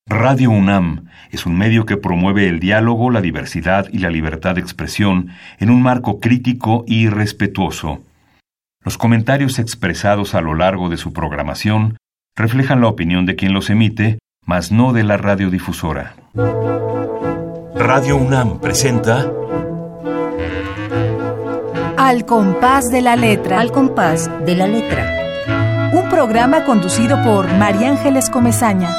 Radio UNAM es un medio que promueve el diálogo, la diversidad y la libertad de expresión en un marco crítico y respetuoso. Los comentarios expresados a lo largo de su programación reflejan la opinión de quien los emite, mas no de la radiodifusora. Radio UNAM presenta Al compás de la letra. Al compás de la letra. Un programa conducido por María Ángeles Comesaña.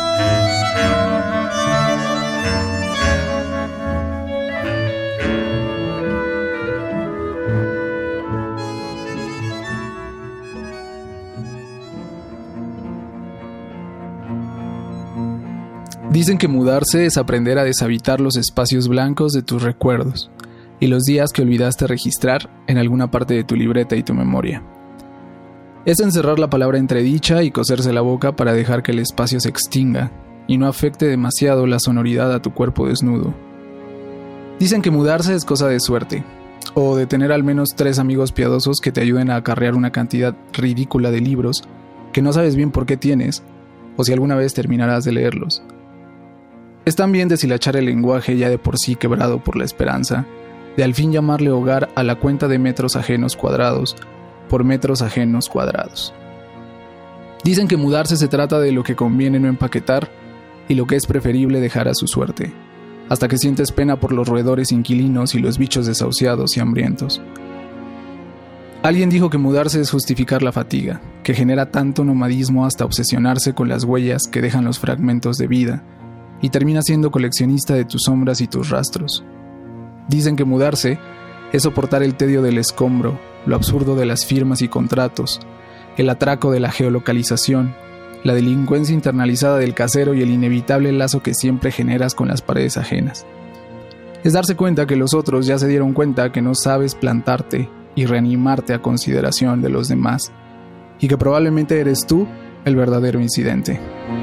Dicen que mudarse es aprender a deshabitar los espacios blancos de tus recuerdos y los días que olvidaste registrar en alguna parte de tu libreta y tu memoria. Es encerrar la palabra entredicha y coserse la boca para dejar que el espacio se extinga y no afecte demasiado la sonoridad a tu cuerpo desnudo. Dicen que mudarse es cosa de suerte, o de tener al menos 3 amigos piadosos que te ayuden a acarrear una cantidad ridícula de libros que no sabes bien por qué tienes, o si alguna vez terminarás de leerlos. Es también deshilachar el lenguaje ya de por sí quebrado por la esperanza, de al fin llamarle hogar a la cuenta de metros ajenos cuadrados por metros ajenos cuadrados. Dicen que mudarse se trata de lo que conviene no empaquetar y lo que es preferible dejar a su suerte, hasta que sientes pena por los roedores inquilinos y los bichos desahuciados y hambrientos. Alguien dijo que mudarse es justificar la fatiga, que genera tanto nomadismo hasta obsesionarse con las huellas que dejan los fragmentos de vida, y termina siendo coleccionista de tus sombras y tus rastros. Dicen que mudarse es soportar el tedio del escombro, lo absurdo de las firmas y contratos, el atraco de la geolocalización, la delincuencia internalizada del casero y el inevitable lazo que siempre generas con las paredes ajenas. Es darse cuenta que los otros ya se dieron cuenta que no sabes plantarte y reanimarte a consideración de los demás, y que probablemente eres tú el verdadero incidente.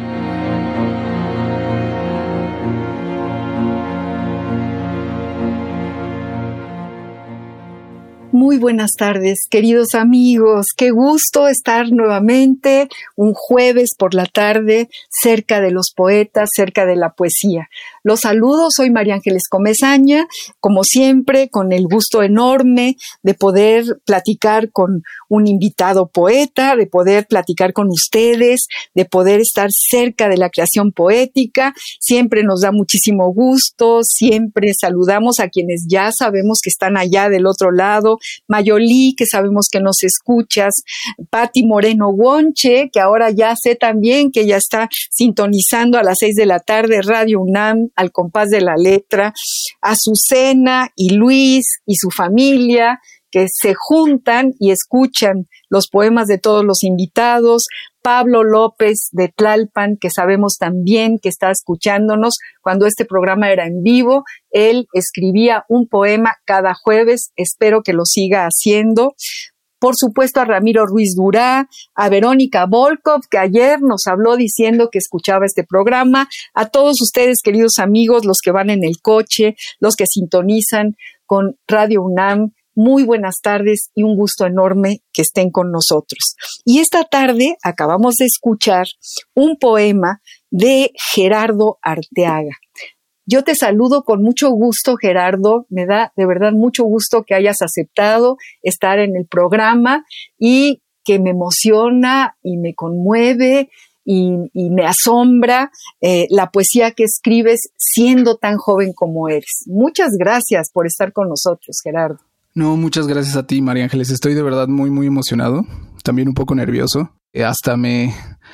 Muy buenas tardes, queridos amigos. Qué gusto estar nuevamente un jueves por la tarde cerca de los poetas, cerca de la poesía. Los saludo, soy María Ángeles Comesaña, como siempre, con el gusto enorme de poder platicar con un invitado poeta, de poder platicar con ustedes, de poder estar cerca de la creación poética. Siempre nos da muchísimo gusto, siempre saludamos a quienes ya sabemos que están allá del otro lado. Mayolí, que sabemos que nos escuchas, Pati Moreno Guonche, que ahora ya sé también que ya está sintonizando a las 6 de la tarde Radio UNAM, al compás de la letra, Azucena y Luis y su familia, que se juntan y escuchan los poemas de todos los invitados, Pablo López de Tlalpan, que sabemos también que está escuchándonos cuando este programa era en vivo. Él escribía un poema cada jueves, espero que lo siga haciendo. Por supuesto a Ramiro Ruiz Durá, a Verónica Volkov, que ayer nos habló diciendo que escuchaba este programa, a todos ustedes, queridos amigos, los que van en el coche, los que sintonizan con Radio UNAM, muy buenas tardes y un gusto enorme que estén con nosotros. Y esta tarde acabamos de escuchar un poema de Gerardo Arteaga. Yo te saludo con mucho gusto, Gerardo. Me da de verdad mucho gusto que hayas aceptado estar en el programa y que me emociona y me conmueve y me asombra la poesía que escribes siendo tan joven como eres. Muchas gracias por estar con nosotros, Gerardo. No, muchas gracias a ti, María Ángeles. Estoy de verdad muy, muy emocionado. También un poco nervioso. Hasta me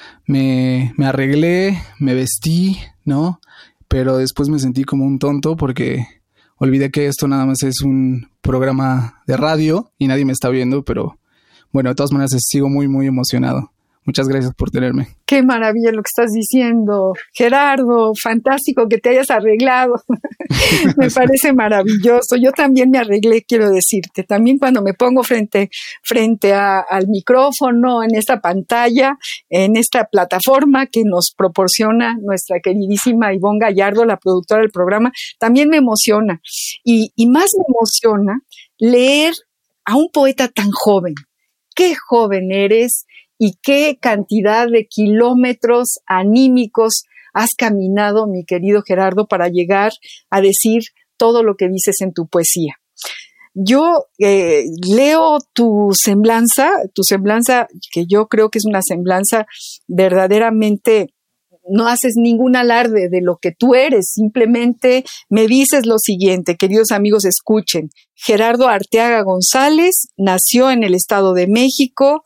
arreglé, me vestí, ¿no? Pero después me sentí como un tonto porque olvidé que esto nada más es un programa de radio y nadie me está viendo, pero bueno, de todas maneras sigo muy, muy emocionado. Muchas gracias por tenerme. Qué maravilla lo que estás diciendo, Gerardo. Fantástico que te hayas arreglado. Me parece maravilloso. Yo también me arreglé, quiero decirte. También cuando me pongo frente al micrófono, en esta pantalla, en esta plataforma que nos proporciona nuestra queridísima Ivonne Gallardo, la productora del programa, también me emociona. Y más me emociona leer a un poeta tan joven. Qué joven eres y qué cantidad de kilómetros anímicos has caminado, mi querido Gerardo, para llegar a decir todo lo que dices en tu poesía. Yo leo tu semblanza, que yo creo que es una semblanza verdaderamente, no haces ningún alarde de lo que tú eres, simplemente me dices lo siguiente, queridos amigos, escuchen. Gerardo Arteaga González nació en el Estado de México,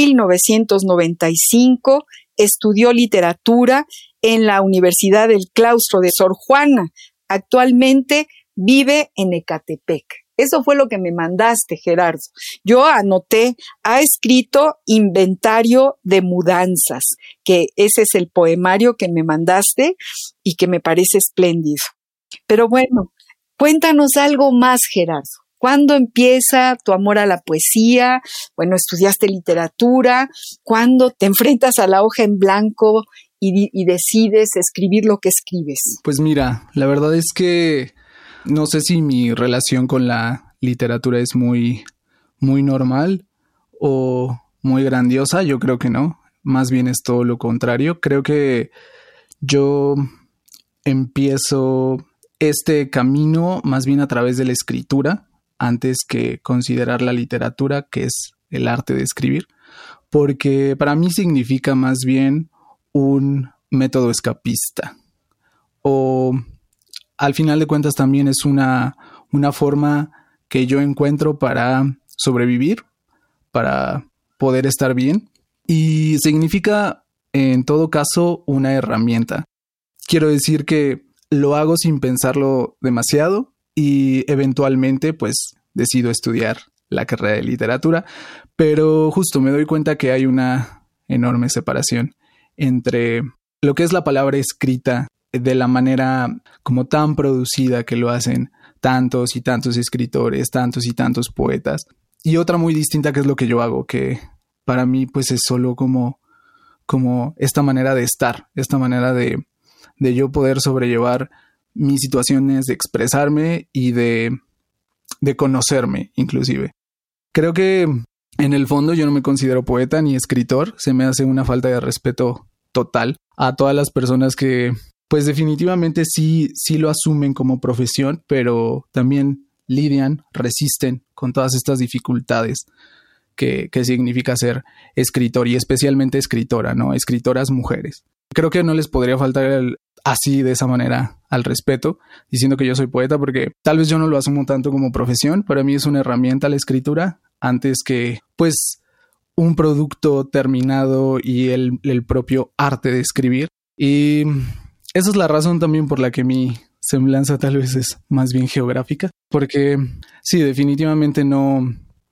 1995, estudió literatura en la Universidad del Claustro de Sor Juana. Actualmente vive en Ecatepec. Eso fue lo que me mandaste, Gerardo. Yo anoté, ha escrito Inventario de Mudanzas, que ese es el poemario que me mandaste y que me parece espléndido. Pero bueno, cuéntanos algo más, Gerardo. ¿Cuándo empieza tu amor a la poesía? Bueno, estudiaste literatura. ¿Cuándo te enfrentas a la hoja en blanco y decides escribir lo que escribes? Pues mira, la verdad es que no sé si mi relación con la literatura es muy, muy normal o muy grandiosa. Yo creo que no. Más bien es todo lo contrario. Creo que yo empiezo este camino más bien a través de la escritura, antes que considerar la literatura, que es el arte de escribir, porque para mí significa más bien un método escapista. O al final de cuentas también es una forma que yo encuentro para sobrevivir, para poder estar bien. Y significa, en todo caso, una herramienta. Quiero decir que lo hago sin pensarlo demasiado y eventualmente pues decido estudiar la carrera de literatura, pero justo me doy cuenta que hay una enorme separación entre lo que es la palabra escrita de la manera como tan producida que lo hacen tantos y tantos escritores, tantos y tantos poetas, y otra muy distinta que es lo que yo hago, que para mí pues es solo como esta manera de estar, esta manera de yo poder sobrellevar mis situaciones, de expresarme y de conocerme inclusive. Creo que en el fondo yo no me considero poeta ni escritor, se me hace una falta de respeto total a todas las personas que pues definitivamente sí lo asumen como profesión, pero también lidian, resisten con todas estas dificultades que significa ser escritor y especialmente escritora, ¿no? Escritoras mujeres. Creo que no les podría faltar así de esa manera al respeto, diciendo que yo soy poeta, porque tal vez yo no lo asumo tanto como profesión. Para mí es una herramienta la escritura antes que pues un producto terminado y el propio arte de escribir. Y esa es la razón también por la que mi semblanza tal vez es más bien geográfica, porque sí, definitivamente no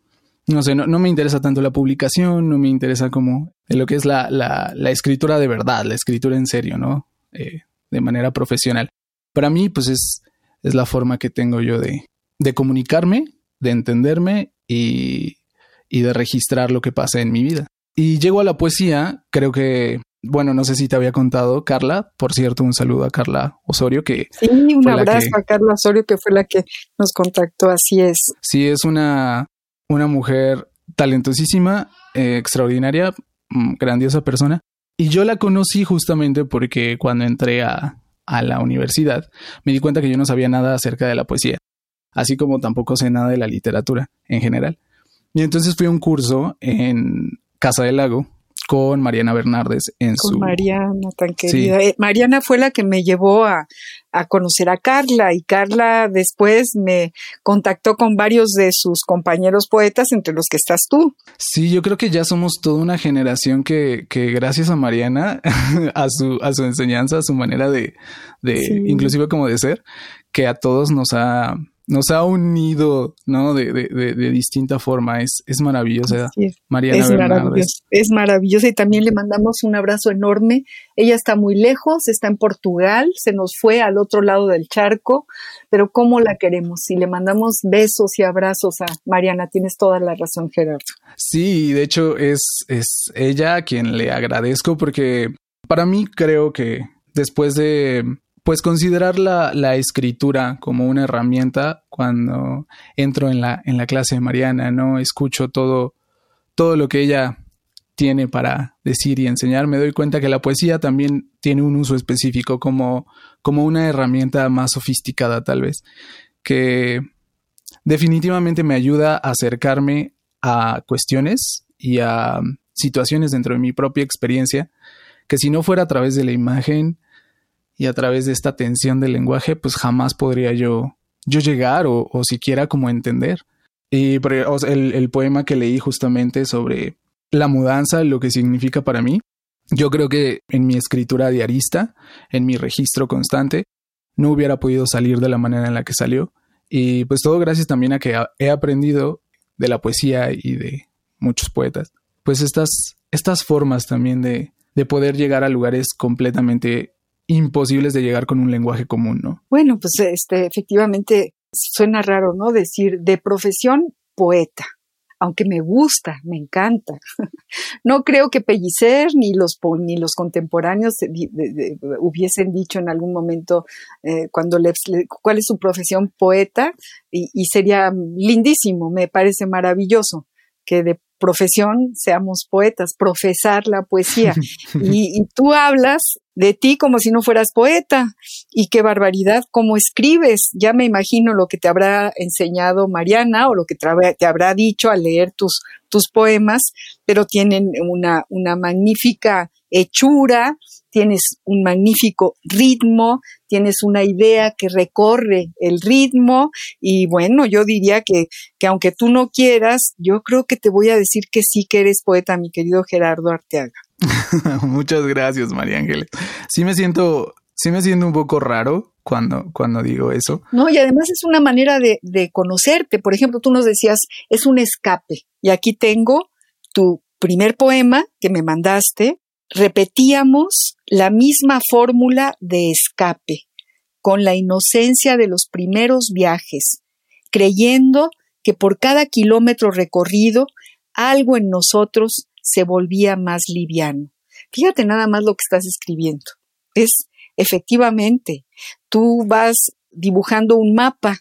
me interesa tanto la publicación, no me interesa como lo que es la escritura de verdad, la escritura en serio, ¿no? De manera profesional. Para mí, pues es la forma que tengo yo de comunicarme, de entenderme y de registrar lo que pasa en mi vida. Y llego a la poesía, creo que, bueno, no sé si te había contado, Carla, por cierto, un saludo a Carla Osorio, que sí, un abrazo a Carla Osorio, que fue la que nos contactó, así es. Sí, es una mujer talentosísima, extraordinaria, grandiosa persona. Y yo la conocí justamente porque cuando entré a la universidad me di cuenta que yo no sabía nada acerca de la poesía, así como tampoco sé nada de la literatura en general. Y entonces fui a un curso en Casa del Lago con Mariana Bernardes con Mariana, tan querida. Sí. Mariana fue la que me llevó a conocer a Carla, y Carla después me contactó con varios de sus compañeros poetas, entre los que estás tú. Sí, yo creo que ya somos toda una generación que gracias a Mariana, a su enseñanza, a su manera de sí, inclusive como de ser, que a todos nos ha unido, ¿no? De distinta forma. Es maravillosa. Sí, Mariana Bernardes. Es maravillosa, y también le mandamos un abrazo enorme. Ella está muy lejos, está en Portugal, se nos fue al otro lado del charco, pero cómo la queremos, y le mandamos besos y abrazos a Mariana. Tienes toda la razón, Gerardo. Sí, de hecho es ella a quien le agradezco, porque para mí creo que después de pues considerar la escritura como una herramienta, cuando entro en la clase de Mariana, ¿no? Escucho todo lo que ella tiene para decir y enseñar, me doy cuenta que la poesía también tiene un uso específico como una herramienta más sofisticada tal vez, que definitivamente me ayuda a acercarme a cuestiones y a situaciones dentro de mi propia experiencia, que si no fuera a través de la imagen y a través de esta tensión del lenguaje, pues jamás podría yo llegar o siquiera como entender. Y el poema que leí justamente sobre la mudanza, lo que significa para mí, yo creo que en mi escritura diarista, en mi registro constante, no hubiera podido salir de la manera en la que salió. Y pues todo gracias también a que he aprendido de la poesía y de muchos poetas, pues estas formas también de poder llegar a lugares completamente imposibles de llegar con un lenguaje común, ¿no? Bueno, pues efectivamente suena raro, ¿no? Decir de profesión poeta, aunque me gusta, me encanta. No creo que Pellicer ni los contemporáneos hubiesen dicho en algún momento cuál es su profesión, poeta, y sería lindísimo, me parece maravilloso que de profesión seamos poetas, profesar la poesía. Y tú hablas de ti como si no fueras poeta. Y qué barbaridad, cómo escribes. Ya me imagino lo que te habrá enseñado Mariana o lo que te habrá dicho al leer tus poemas, pero tienen una magnífica hechura, tienes un magnífico ritmo, tienes una idea que recorre el ritmo y bueno, yo diría que aunque tú no quieras, yo creo que te voy a decir que sí que eres poeta, mi querido Gerardo Arteaga. Muchas gracias, María Ángeles. Sí me siento un poco raro cuando digo eso. No, y además es una manera de conocerte. Por ejemplo, tú nos decías, es un escape. Y aquí tengo tu primer poema que me mandaste. Repetíamos la misma fórmula de escape, con la inocencia de los primeros viajes, creyendo que por cada kilómetro recorrido, algo en nosotros se volvía más liviano. Fíjate nada más lo que estás escribiendo. Es efectivamente, tú vas dibujando un mapa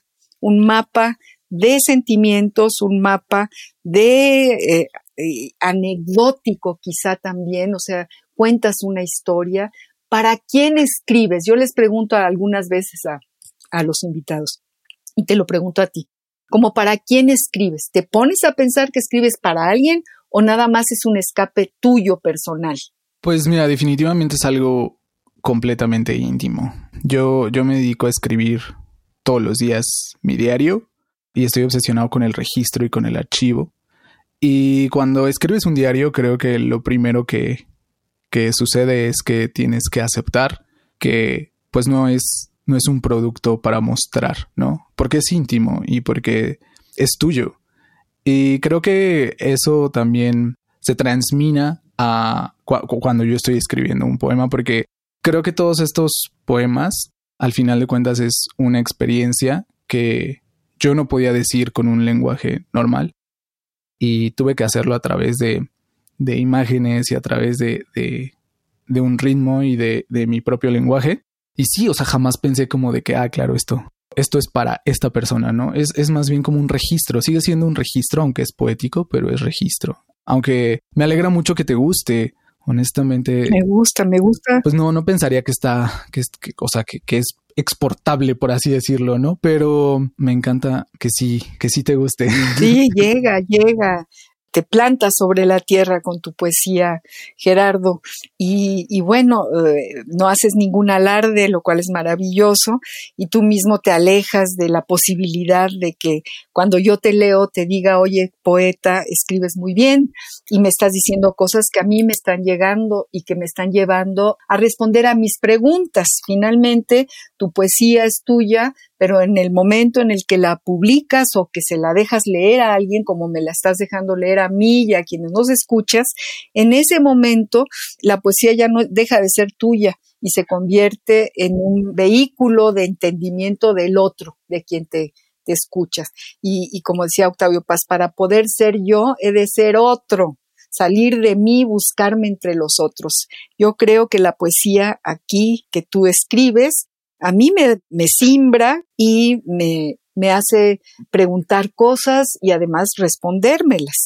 de sentimientos, un mapa de anecdótico quizá también, o sea, cuentas una historia. ¿Para quién escribes? Yo les pregunto algunas veces a los invitados, y te lo pregunto a ti, como ¿para quién escribes? ¿Te pones a pensar que escribes para alguien o nada más es un escape tuyo personal? Pues mira, definitivamente es algo completamente íntimo. Yo me dedico a escribir todos los días mi diario y estoy obsesionado con el registro y con el archivo. Y cuando escribes un diario, creo que lo primero que sucede es que tienes que aceptar que pues no es un producto para mostrar, ¿no? Porque es íntimo y porque es tuyo. Y creo que eso también se transmina a cuando yo estoy escribiendo un poema, porque creo que todos estos poemas, al final de cuentas, es una experiencia que yo no podía decir con un lenguaje normal y tuve que hacerlo a través de imágenes y a través de un ritmo y de mi propio lenguaje. Y sí, o sea, jamás pensé como de que, claro, esto es para esta persona, ¿no? Es más bien como un registro. Sigue siendo un registro, aunque es poético, pero es registro. Aunque me alegra mucho que te guste, honestamente. Me gusta. Pues no pensaría que es exportable, por así decirlo, ¿no? Pero me encanta que sí te guste. Sí, llega. Te plantas sobre la tierra con tu poesía, Gerardo, y bueno, no haces ningún alarde, lo cual es maravilloso, y tú mismo te alejas de la posibilidad de que cuando yo te leo te diga, oye, poeta, escribes muy bien, y me estás diciendo cosas que a mí me están llegando y que me están llevando a responder a mis preguntas. Finalmente, tu poesía es tuya, pero en el momento en el que la publicas o que se la dejas leer a alguien, como me la estás dejando leer a mí y a quienes nos escuchas, en ese momento la poesía ya no deja de ser tuya y se convierte en un vehículo de entendimiento del otro, de quien te escuchas. Y como decía Octavio Paz, para poder ser yo, he de ser otro. Salir de mí, buscarme entre los otros. Yo creo que la poesía aquí que tú escribes a mí me simbra y me hace preguntar cosas y además respondérmelas.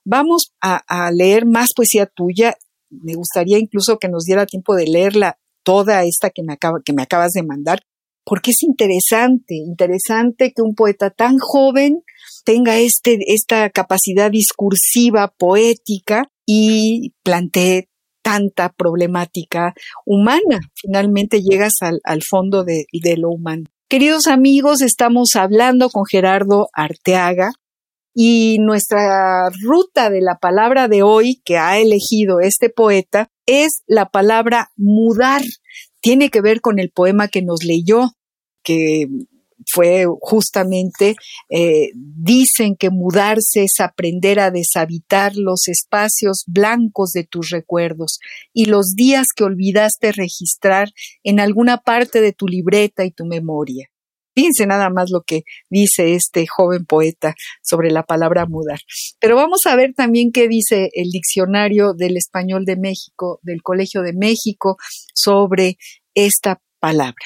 Vamos a leer más poesía tuya. Me gustaría incluso que nos diera tiempo de leerla toda esta que me acabas de mandar, porque es interesante que un poeta tan joven tenga esta capacidad discursiva, poética, y plantee tanta problemática humana. Finalmente llegas al fondo de lo humano. Queridos amigos, estamos hablando con Gerardo Arteaga y nuestra ruta de la palabra de hoy que ha elegido este poeta es la palabra mudar. Tiene que ver con el poema que nos leyó, que fue justamente, dicen que mudarse es aprender a deshabitar los espacios blancos de tus recuerdos y los días que olvidaste registrar en alguna parte de tu libreta y tu memoria. Fíjense nada más lo que dice este joven poeta sobre la palabra mudar. Pero vamos a ver también qué dice el diccionario del Español de México, del Colegio de México, sobre esta palabra.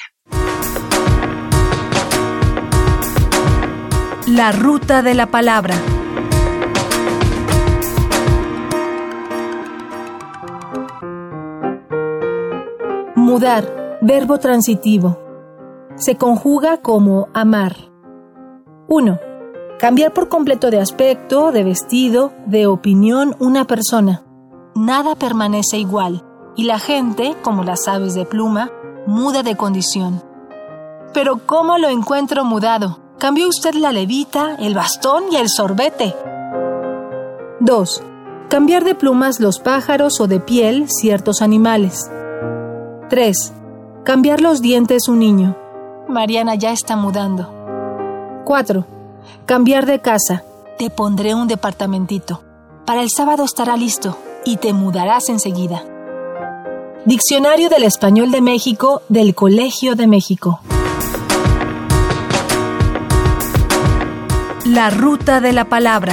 La ruta de la palabra. Mudar, verbo transitivo. Se conjuga como amar. 1. Cambiar por completo de aspecto, de vestido, de opinión una persona. Nada permanece igual, y la gente, como las aves de pluma, muda de condición. Pero ¿cómo lo encuentro mudado? Cambió usted la levita, el bastón y el sorbete. 2. Cambiar de plumas los pájaros o de piel ciertos animales. 3. Cambiar los dientes un niño. Mariana ya está mudando. 4. Cambiar de casa. Te pondré un departamentito. Para el sábado estará listo y te mudarás enseguida. Diccionario del Español de México del Colegio de México. La ruta de la palabra.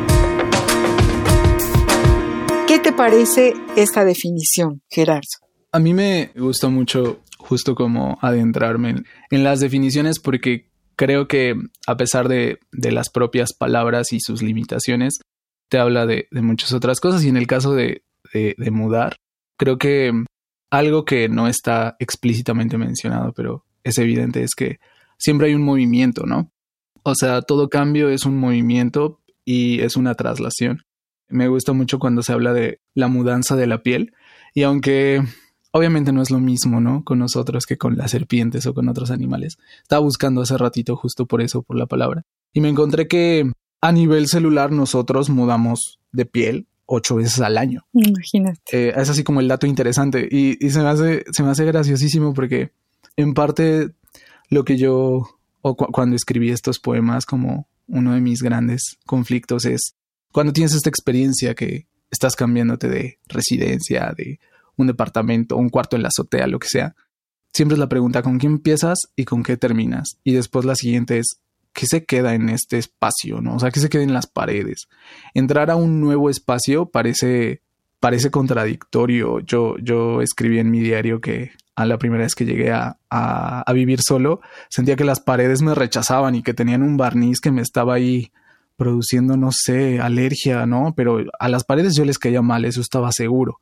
¿Qué te parece esta definición, Gerardo? A mí me gusta mucho justo como adentrarme en las definiciones, porque creo que a pesar de las propias palabras y sus limitaciones, te habla de muchas otras cosas. Y en el caso de mudar, creo que algo que no está explícitamente mencionado, pero es evidente, es que siempre hay un movimiento, ¿no? O sea, todo cambio es un movimiento y es una traslación. Me gusta mucho cuando se habla de la mudanza de la piel, y aunque obviamente no es lo mismo, ¿no?, con nosotros que con las serpientes o con otros animales. Estaba buscando hace ratito justo por eso, por la palabra, y me encontré que a nivel celular nosotros mudamos de piel 8 veces al año. Imagínate. Es así como el dato interesante, y se me hace graciosísimo, porque en parte lo que yo, cuando escribí estos poemas, como uno de mis grandes conflictos es cuando tienes esta experiencia que estás cambiándote de residencia, de un departamento, un cuarto en la azotea, lo que sea. Siempre es la pregunta: ¿con qué empiezas y con qué terminas? Y después la siguiente es: ¿qué se queda en este espacio, no? O sea, ¿qué se queda en las paredes? Entrar a un nuevo espacio parece contradictorio. Yo escribí en mi diario que a la primera vez que llegué a vivir solo, sentía que las paredes me rechazaban y que tenían un barniz que me estaba ahí produciendo, no sé, alergia, ¿no? Pero a las paredes yo les caía mal, eso estaba seguro.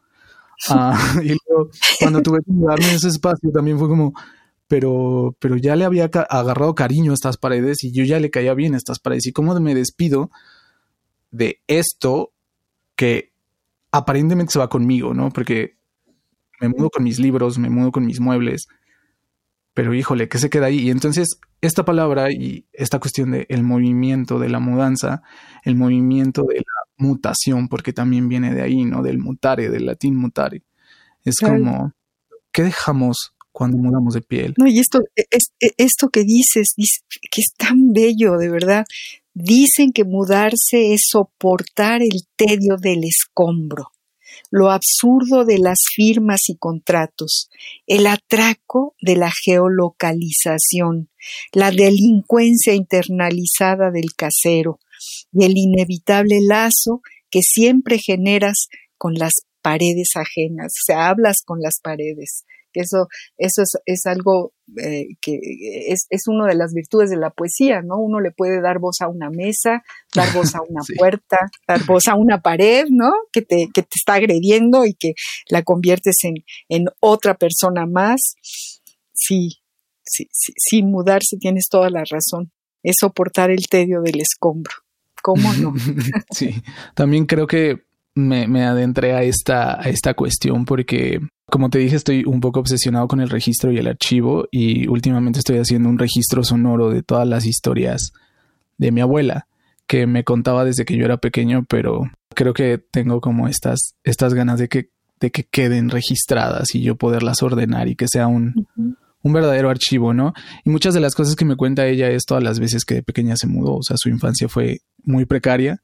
Y luego, cuando tuve que mudarme a ese espacio, también fue como, pero ya le había agarrado cariño a estas paredes y yo ya le caía bien a estas paredes. ¿Y cómo me despido de esto que aparentemente se va conmigo, ¿no? Porque me mudo con mis libros, me mudo con mis muebles, pero híjole, ¿qué se queda ahí? Y entonces esta palabra y esta cuestión del movimiento, de la mudanza, el movimiento de la mutación, porque también viene de ahí, ¿no? Del mutare, del latín mutare. Es como, ¿qué dejamos cuando mudamos de piel? No, y esto que dices, que es tan bello, de verdad. Dicen que mudarse es soportar el tedio del escombro, lo absurdo de las firmas y contratos, el atraco de la geolocalización, la delincuencia internalizada del casero y el inevitable lazo que siempre generas con las paredes ajenas. O sea, hablas con las paredes. Eso es algo que es una de las virtudes de la poesía, ¿no? Uno le puede dar voz a una mesa, dar voz a una puerta, dar voz a una pared, ¿no? Que te está agrediendo y que la conviertes en otra persona más. Sí, sin mudarse, tienes toda la razón. Es soportar el tedio del escombro. ¿Cómo no? Sí, también creo que me adentré a esta cuestión porque, como te dije, estoy un poco obsesionado con el registro y el archivo, y últimamente estoy haciendo un registro sonoro de todas las historias de mi abuela, que me contaba desde que yo era pequeño, pero creo que tengo como estas ganas de que queden registradas y yo poderlas ordenar y que sea un verdadero archivo, ¿no? Y muchas de las cosas que me cuenta ella es todas las veces que de pequeña se mudó. O sea, su infancia fue muy precaria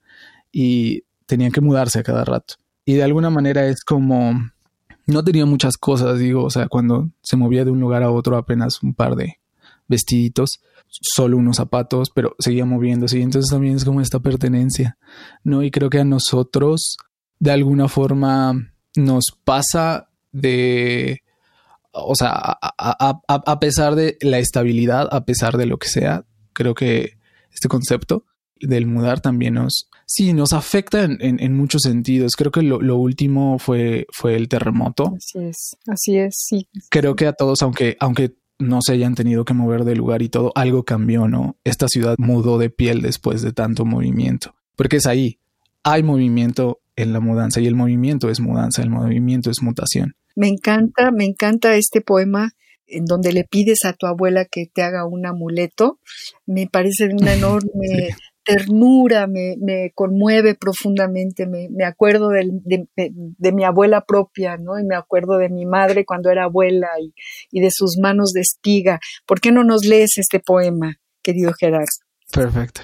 y tenían que mudarse a cada rato. Y de alguna manera es como... No tenía muchas cosas, digo, o sea, cuando se movía de un lugar a otro apenas un par de vestiditos, solo unos zapatos, pero seguía moviéndose. Y entonces también es como esta pertenencia, ¿no? Y creo que a nosotros, de alguna forma, nos pasa de... O sea, a pesar de la estabilidad, a pesar de lo que sea, creo que este concepto del mudar también nos afecta en muchos sentidos. Creo que lo último fue el terremoto. Así es, sí. Creo que a todos, aunque no se hayan tenido que mover de lugar y todo, algo cambió, ¿no? Esta ciudad mudó de piel después de tanto movimiento. Porque es ahí, hay movimiento en la mudanza, y el movimiento es mudanza, el movimiento es mutación. Me encanta este poema en donde le pides a tu abuela que te haga un amuleto. Me parece de una enorme ternura, me conmueve profundamente. Me acuerdo de mi abuela propia, ¿no? Y me acuerdo de mi madre cuando era abuela y de sus manos de espiga. ¿Por qué no nos lees este poema, querido Gerardo? Perfecto.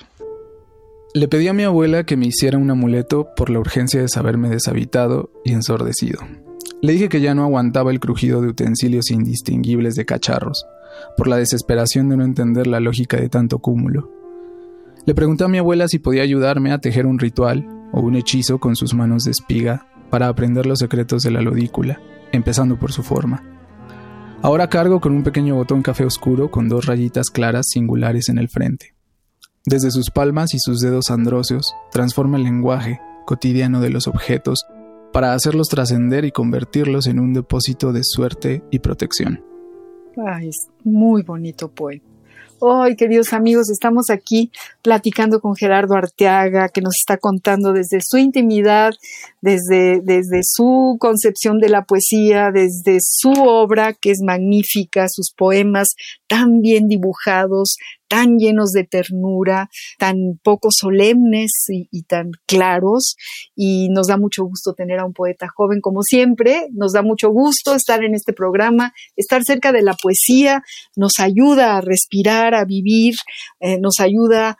Le pedí a mi abuela que me hiciera un amuleto por la urgencia de saberme deshabitado y ensordecido. Le dije que ya no aguantaba el crujido de utensilios indistinguibles de cacharros, por la desesperación de no entender la lógica de tanto cúmulo. Le pregunté a mi abuela si podía ayudarme a tejer un ritual o un hechizo con sus manos de espiga para aprender los secretos de la lodícula, empezando por su forma. Ahora cargo con un pequeño botón café oscuro con 2 rayitas claras singulares en el frente. Desde sus palmas y sus dedos andróseos transforma el lenguaje cotidiano de los objetos para hacerlos trascender y convertirlos en un depósito de suerte y protección. Ay, es muy bonito poema. Hoy, queridos amigos, estamos aquí platicando con Gerardo Arteaga, que nos está contando desde su intimidad, desde su concepción de la poesía, desde su obra, que es magnífica, sus poemas tan bien dibujados, tan llenos de ternura, tan poco solemnes y tan claros, y nos da mucho gusto tener a un poeta joven como siempre. Nos da mucho gusto estar en este programa, estar cerca de la poesía, nos ayuda a respirar, a vivir, nos ayuda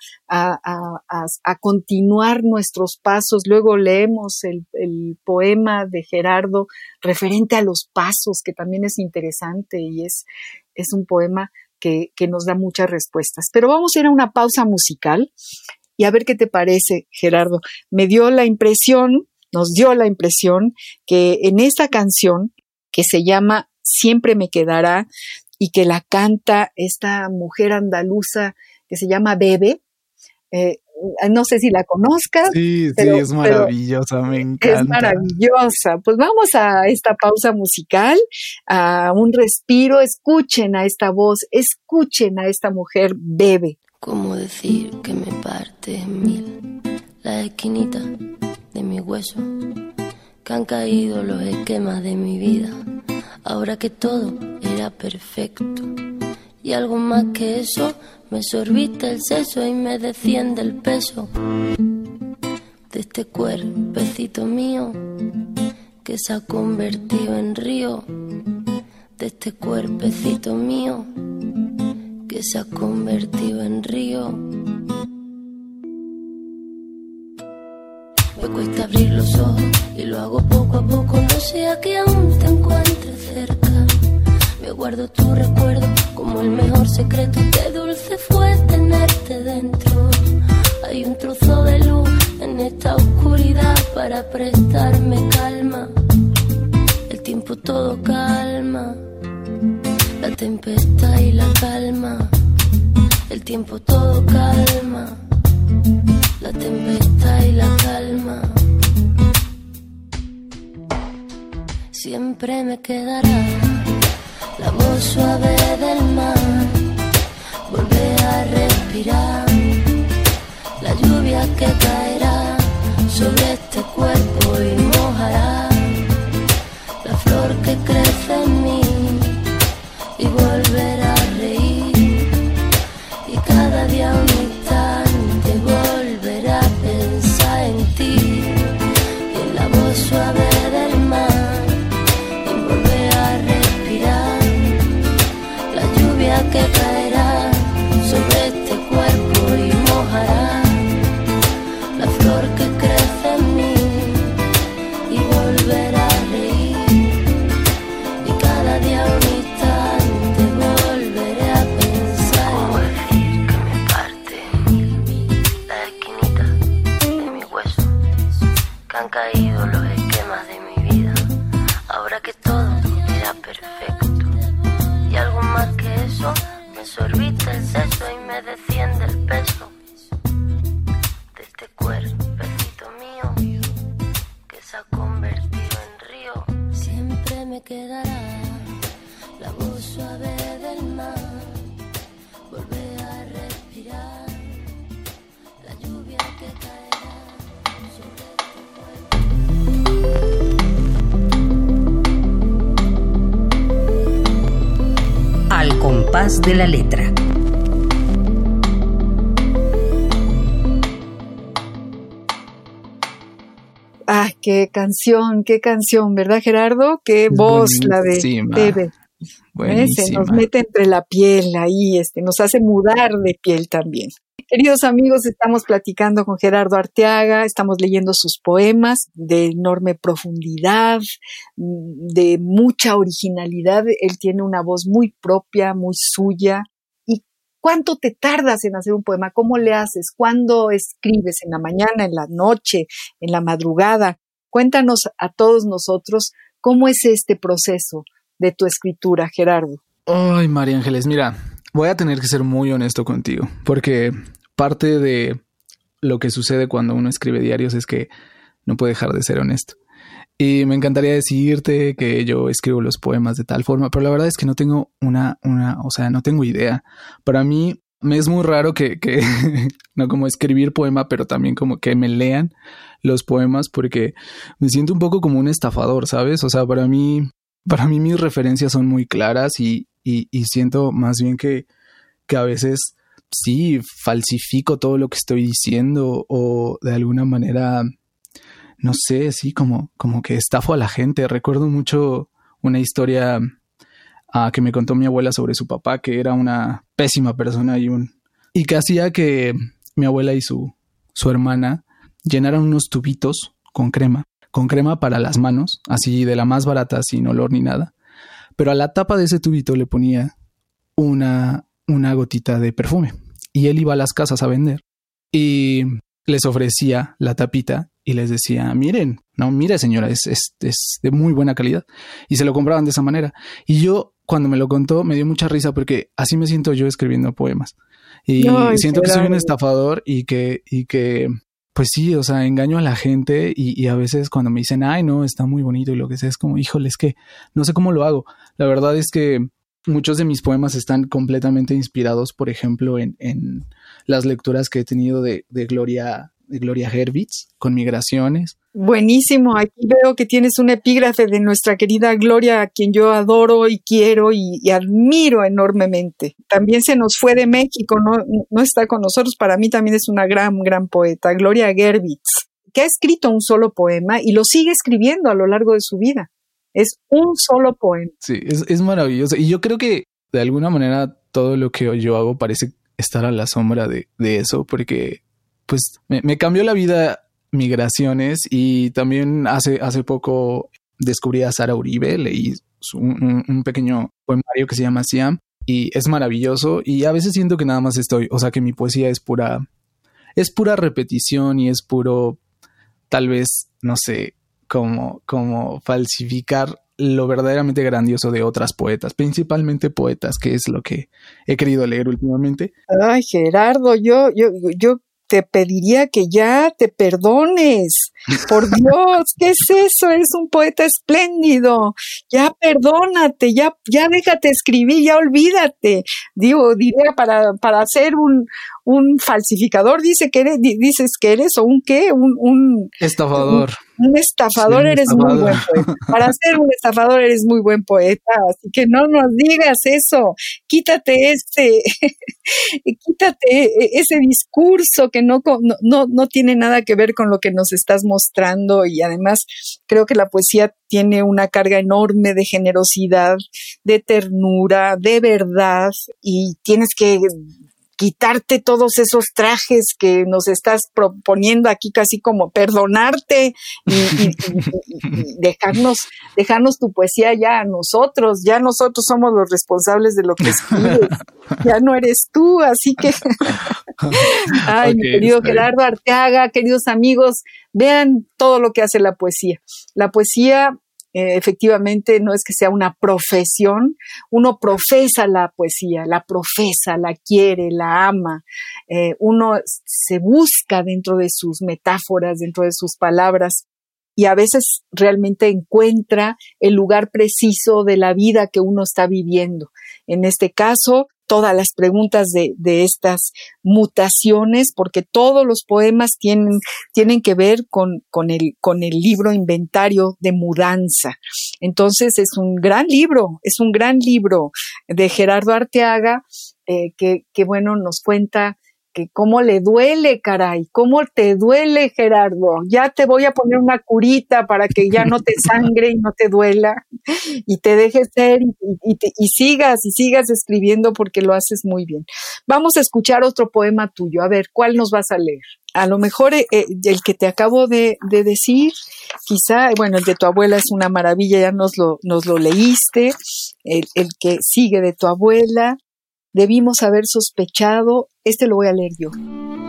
a continuar nuestros pasos. Luego leemos el poema de Gerardo referente a los pasos, que también es interesante y es un poema que nos da muchas respuestas. Pero vamos a ir a una pausa musical y a ver qué te parece, Gerardo. Nos dio la impresión que en esta canción, que se llama Siempre me quedará, y que la canta esta mujer andaluza que se llama Bebe, no sé si la conozcas. Sí, es maravillosa, me encanta. Es maravillosa. Pues vamos a esta pausa musical, a un respiro. Escuchen a esta voz, escuchen a esta mujer Bebe. ¿Cómo decir que me parte en mil las esquinitas de mi hueso? Que han caído los esquemas de mi vida, ahora que todo era perfecto. Y algo más que eso, me sorbiste el seso y me desciende el peso de este cuerpecito mío que se ha convertido en río, de este cuerpecito mío que se ha convertido en río. Me cuesta abrir los ojos y lo hago poco a poco, no sea que aún te encuentre cerca. Me guardo tu recuerdo como el mejor secreto, qué dulce fue tenerte dentro. Hay un trozo de luz en esta oscuridad para prestarme calma. El tiempo todo calma, la temperatura tempestad y la calma, el tiempo todo calma. La tempestad y la calma. Siempre me quedará la voz suave del mar, volver a respirar, la lluvia que caerá sobre este cuerpo y mojará la flor que crece en mí, y volver a reír, y cada día un instante volver a pensar en ti, y en la voz suave del mar, y volver a respirar la lluvia que caerá sobre este cuerpo y mojará la flor que crece en mí, y volver a reír, y cada día un instante volveré a pensar. ¿Cómo decir que me parte la esquinita de mi hueso, que han caído los esquemas de mi vida, ahora que todo era perfecto, y algo más que eso, me sorbita el seso y me desciende el peso de este cuerpecito mío que se ha convertido en río. Siempre me quedará la voz suave del mar, volver a respirar la lluvia que caerá sobre este cuerpo. Al compás de la letra. Ah, qué canción, ¿verdad, Gerardo? Qué voz la de Tebe. Se nos mete entre la piel ahí, nos hace mudar de piel también. Queridos amigos, estamos platicando con Gerardo Arteaga, estamos leyendo sus poemas de enorme profundidad, de mucha originalidad. Él tiene una voz muy propia, muy suya. ¿Y cuánto te tardas en hacer un poema? ¿Cómo le haces? ¿Cuándo escribes? ¿En la mañana, en la noche, en la madrugada? Cuéntanos a todos nosotros cómo es este proceso de tu escritura, Gerardo. Ay, María Ángeles, mira, voy a tener que ser muy honesto contigo, porque parte de lo que sucede cuando uno escribe diarios es que no puede dejar de ser honesto. Y me encantaría decirte que yo escribo los poemas de tal forma, pero la verdad es que no tengo no tengo idea. Para mí me es muy raro que no como escribir poema, pero también como que me lean los poemas, porque me siento un poco como un estafador, ¿sabes? O sea, para mí mis referencias son muy claras y siento más bien que a veces sí falsifico todo lo que estoy diciendo o de alguna manera, no sé, sí, como que estafo a la gente. Recuerdo mucho una historia que me contó mi abuela sobre su papá, que era una pésima persona y que hacía que mi abuela y su hermana llenaran unos tubitos con crema para las manos, así de la más barata, sin olor ni nada. Pero a la tapa de ese tubito le ponía una gotita de perfume. Y él iba a las casas a vender y les ofrecía la tapita y les decía, mire señora, es de muy buena calidad. Y se lo compraban de esa manera. Y yo, cuando me lo contó, me dio mucha risa porque así me siento yo escribiendo poemas. Y siento que soy un estafador y que pues sí, o sea, engaño a la gente y a veces cuando me dicen, ay, no, está muy bonito y lo que sea, es como, híjole, es que no sé cómo lo hago. La verdad es que muchos de mis poemas están completamente inspirados, por ejemplo, en las lecturas que he tenido de Gloria Gervitz con Migraciones. Buenísimo, aquí veo que tienes un epígrafe de nuestra querida Gloria, a quien yo adoro y quiero y admiro enormemente. También se nos fue de México, no está con nosotros, para mí también es una gran poeta, Gloria Gervitz, que ha escrito un solo poema y lo sigue escribiendo a lo largo de su vida. Es un solo poema. Sí, es maravilloso. Y yo creo que de alguna manera todo lo que yo hago parece estar a la sombra de eso, porque pues me cambió la vida Migraciones y también hace poco descubrí a Sara Uribe, leí un pequeño poemario que se llama Siam y es maravilloso y a veces siento que nada más que mi poesía es pura repetición y es puro, tal vez, no sé, como falsificar lo verdaderamente grandioso de otras poetas, principalmente poetas, que es lo que he querido leer últimamente. Ay, Gerardo, yo te pediría que ya te perdones. Por Dios, ¿qué es eso? Eres un poeta espléndido. Ya perdónate, ya déjate escribir, ya olvídate. Diría para ser un falsificador, dices que eres, o un qué, un estafador. Un estafador, sí, eres estafador. Muy buen poeta. Para ser un estafador eres muy buen poeta, así que no nos digas eso. Quítate ese discurso que no tiene nada que ver con lo que nos estás mostrando, y además creo que la poesía tiene una carga enorme de generosidad, de ternura, de verdad, y tienes que quitarte todos esos trajes que nos estás proponiendo aquí, casi como perdonarte y dejarnos tu poesía ya a nosotros. Ya nosotros somos los responsables de lo que escribes. Ya no eres tú, así que ay, okay, mi querido Gerardo Arteaga, queridos amigos, vean todo lo que hace la poesía. La poesía efectivamente no es que sea una profesión, uno profesa la poesía, la profesa, la quiere, la ama, uno se busca dentro de sus metáforas, dentro de sus palabras, y a veces realmente encuentra el lugar preciso de la vida que uno está viviendo. En este caso, todas las preguntas de estas mutaciones, porque todos los poemas tienen que ver con el libro Inventario de Mudanza. Entonces es un gran libro de Gerardo Arteaga, que bueno, nos cuenta que cómo le duele, caray, cómo te duele, Gerardo. Ya te voy a poner una curita para que ya no te sangre y no te duela, y te dejes ser y sigas escribiendo, porque lo haces muy bien. Vamos a escuchar otro poema tuyo. A ver, ¿cuál nos vas a leer? A lo mejor el que te acabo de decir, quizá, bueno, el de tu abuela es una maravilla, ya nos lo leíste. El que sigue de tu abuela, debimos haber sospechado, este lo voy a leer yo.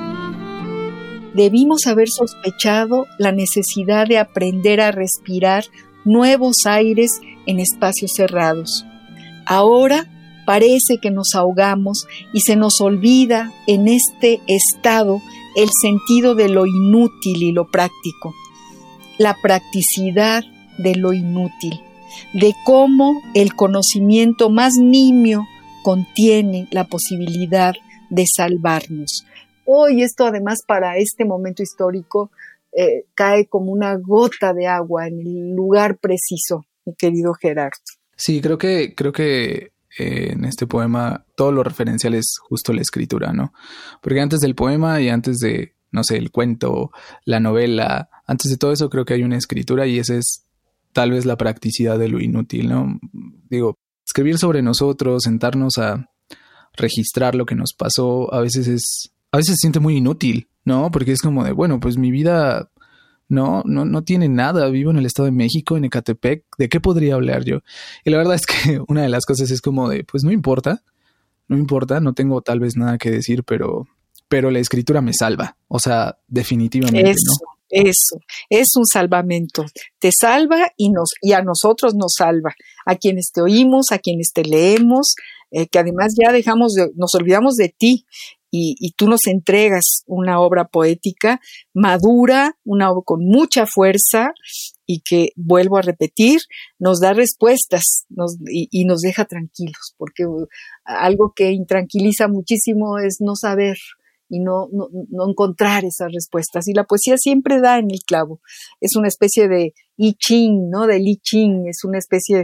Debimos haber sospechado la necesidad de aprender a respirar nuevos aires en espacios cerrados. Ahora parece que nos ahogamos y se nos olvida en este estado el sentido de lo inútil y lo práctico, la practicidad de lo inútil, de cómo el conocimiento más nimio contiene la posibilidad de salvarnos. Hoy esto, además, para este momento histórico, cae como una gota de agua en el lugar preciso, mi querido Gerardo. Sí, creo que en este poema todo lo referencial es justo la escritura, ¿no? Porque antes del poema y antes de, no sé, el cuento, la novela, antes de todo eso creo que hay una escritura, y esa es tal vez la practicidad de lo inútil, ¿no? Digo, escribir sobre nosotros, sentarnos a registrar lo que nos pasó, a veces se siente muy inútil, ¿no? Porque es como de, bueno, pues mi vida no tiene nada, vivo en el Estado de México, en Ecatepec, ¿de qué podría hablar yo? Y la verdad es que una de las cosas es como de, pues no importa, no tengo tal vez nada que decir, pero la escritura me salva, o sea, definitivamente, ¿no? Eso, es un salvamento. Te salva y a nosotros nos salva. A quienes te oímos, a quienes te leemos, que además ya nos olvidamos de ti, y tú nos entregas una obra poética madura, una obra con mucha fuerza, y que, vuelvo a repetir, nos da respuestas y nos deja tranquilos, porque algo que intranquiliza muchísimo es no saber y no encontrar esas respuestas. Y la poesía siempre da en el clavo. Es una especie de I Ching, ¿no? De Li Ching, es una especie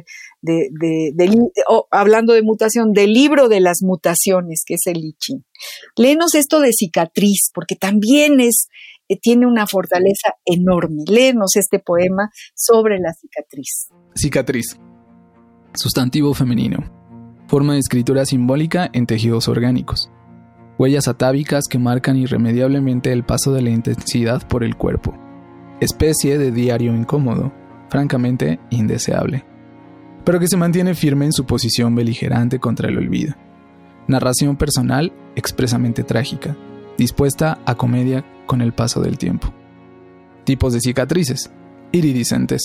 hablando de mutación, del libro de las mutaciones, que es el I Ching. Léenos esto de Cicatriz, porque también tiene una fortaleza enorme. Léenos este poema sobre la cicatriz. Cicatriz. Sustantivo femenino. Forma de escritura simbólica en tejidos orgánicos. Huellas atávicas que marcan irremediablemente el paso de la intensidad por el cuerpo. Especie de diario incómodo, francamente indeseable, pero que se mantiene firme en su posición beligerante contra el olvido. Narración personal expresamente trágica, dispuesta a comedia con el paso del tiempo. Tipos de cicatrices: iridiscentes,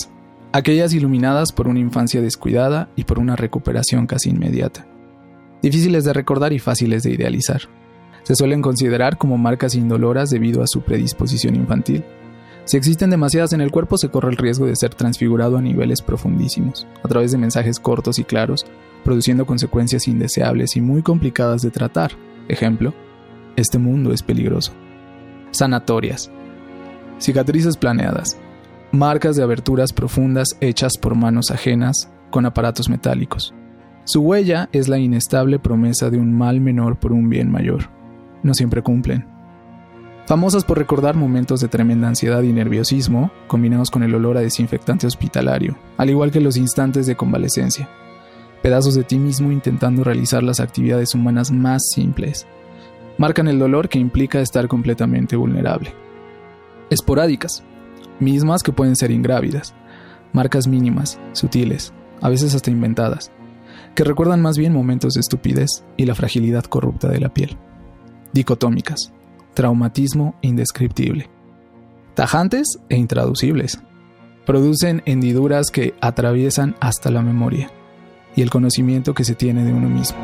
aquellas iluminadas por una infancia descuidada y por una recuperación casi inmediata. Difíciles de recordar y fáciles de idealizar. Se suelen considerar como marcas indoloras debido a su predisposición infantil. Si existen demasiadas en el cuerpo, se corre el riesgo de ser transfigurado a niveles profundísimos, a través de mensajes cortos y claros, produciendo consecuencias indeseables y muy complicadas de tratar. Ejemplo, este mundo es peligroso. Sanatorias. Cicatrices planeadas. Marcas de aberturas profundas hechas por manos ajenas con aparatos metálicos. Su huella es la inestable promesa de un mal menor por un bien mayor. No siempre cumplen. Famosas por recordar momentos de tremenda ansiedad y nerviosismo, combinados con el olor a desinfectante hospitalario, al igual que los instantes de convalecencia. Pedazos de ti mismo intentando realizar las actividades humanas más simples. Marcan el dolor que implica estar completamente vulnerable. Esporádicas, mismas que pueden ser ingrávidas. Marcas mínimas, sutiles, a veces hasta inventadas, que recuerdan más bien momentos de estupidez y la fragilidad corrupta de la piel. Dicotómicas, traumatismo indescriptible. Tajantes e intraducibles. Producen hendiduras que atraviesan hasta la memoria y el conocimiento que se tiene de uno mismo.